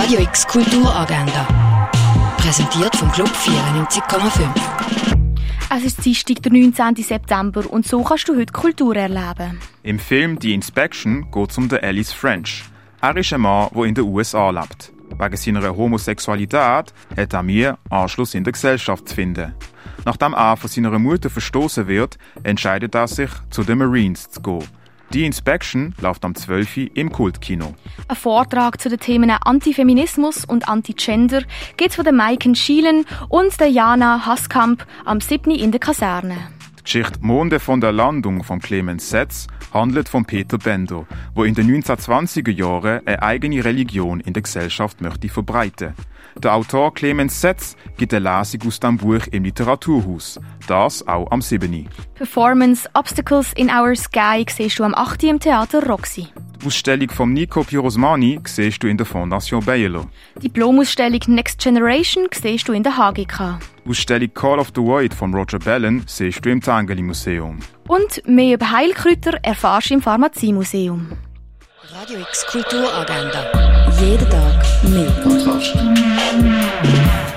Radio X Kulturagenda. Präsentiert vom Club 94,5. Es ist Dienstag, der 19. September und so kannst du heute Kultur erleben. Im Film «The Inspection» geht es um den Alice French. Er ist ein Mann, der in den USA lebt. Wegen seiner Homosexualität hat er Mühe, Anschluss in der Gesellschaft zu finden. Nachdem er von seiner Mutter verstoßen wird, entscheidet er sich, zu den Marines zu gehen. «The Inspection» läuft am 12. Uhr im Kultkino. Ein Vortrag zu den Themen Antifeminismus und Antigender gibt es von der Maiken Schielen und der Jana Haskamp am 7. in der Kaserne. Die Geschichte «Monde von der Landung» von Clemens Setz handelt von Peter Bender, der in den 1920er Jahren eine eigene Religion in der Gesellschaft möchte verbreiten. Der Autor Clemens Setz gibt eine Lesung aus diesem Buch im Literaturhaus. Das auch am 7. Performance «Obstacles in Our Sky» siehst du am 8. im Theater Roxy. Die Ausstellung von Nico Pirosmani siehst du in der Fondation Bayerlo. Die Diplomausstellung «Next Generation» siehst du in der HGK. Die Ausstellung «Call of the Void» von Roger Bellin siehst du im Tangeli Museum. Und mehr über Heilkräuter erfährst du im Pharmaziemuseum. Radio X Kulturagenda. Jeden Tag mehr.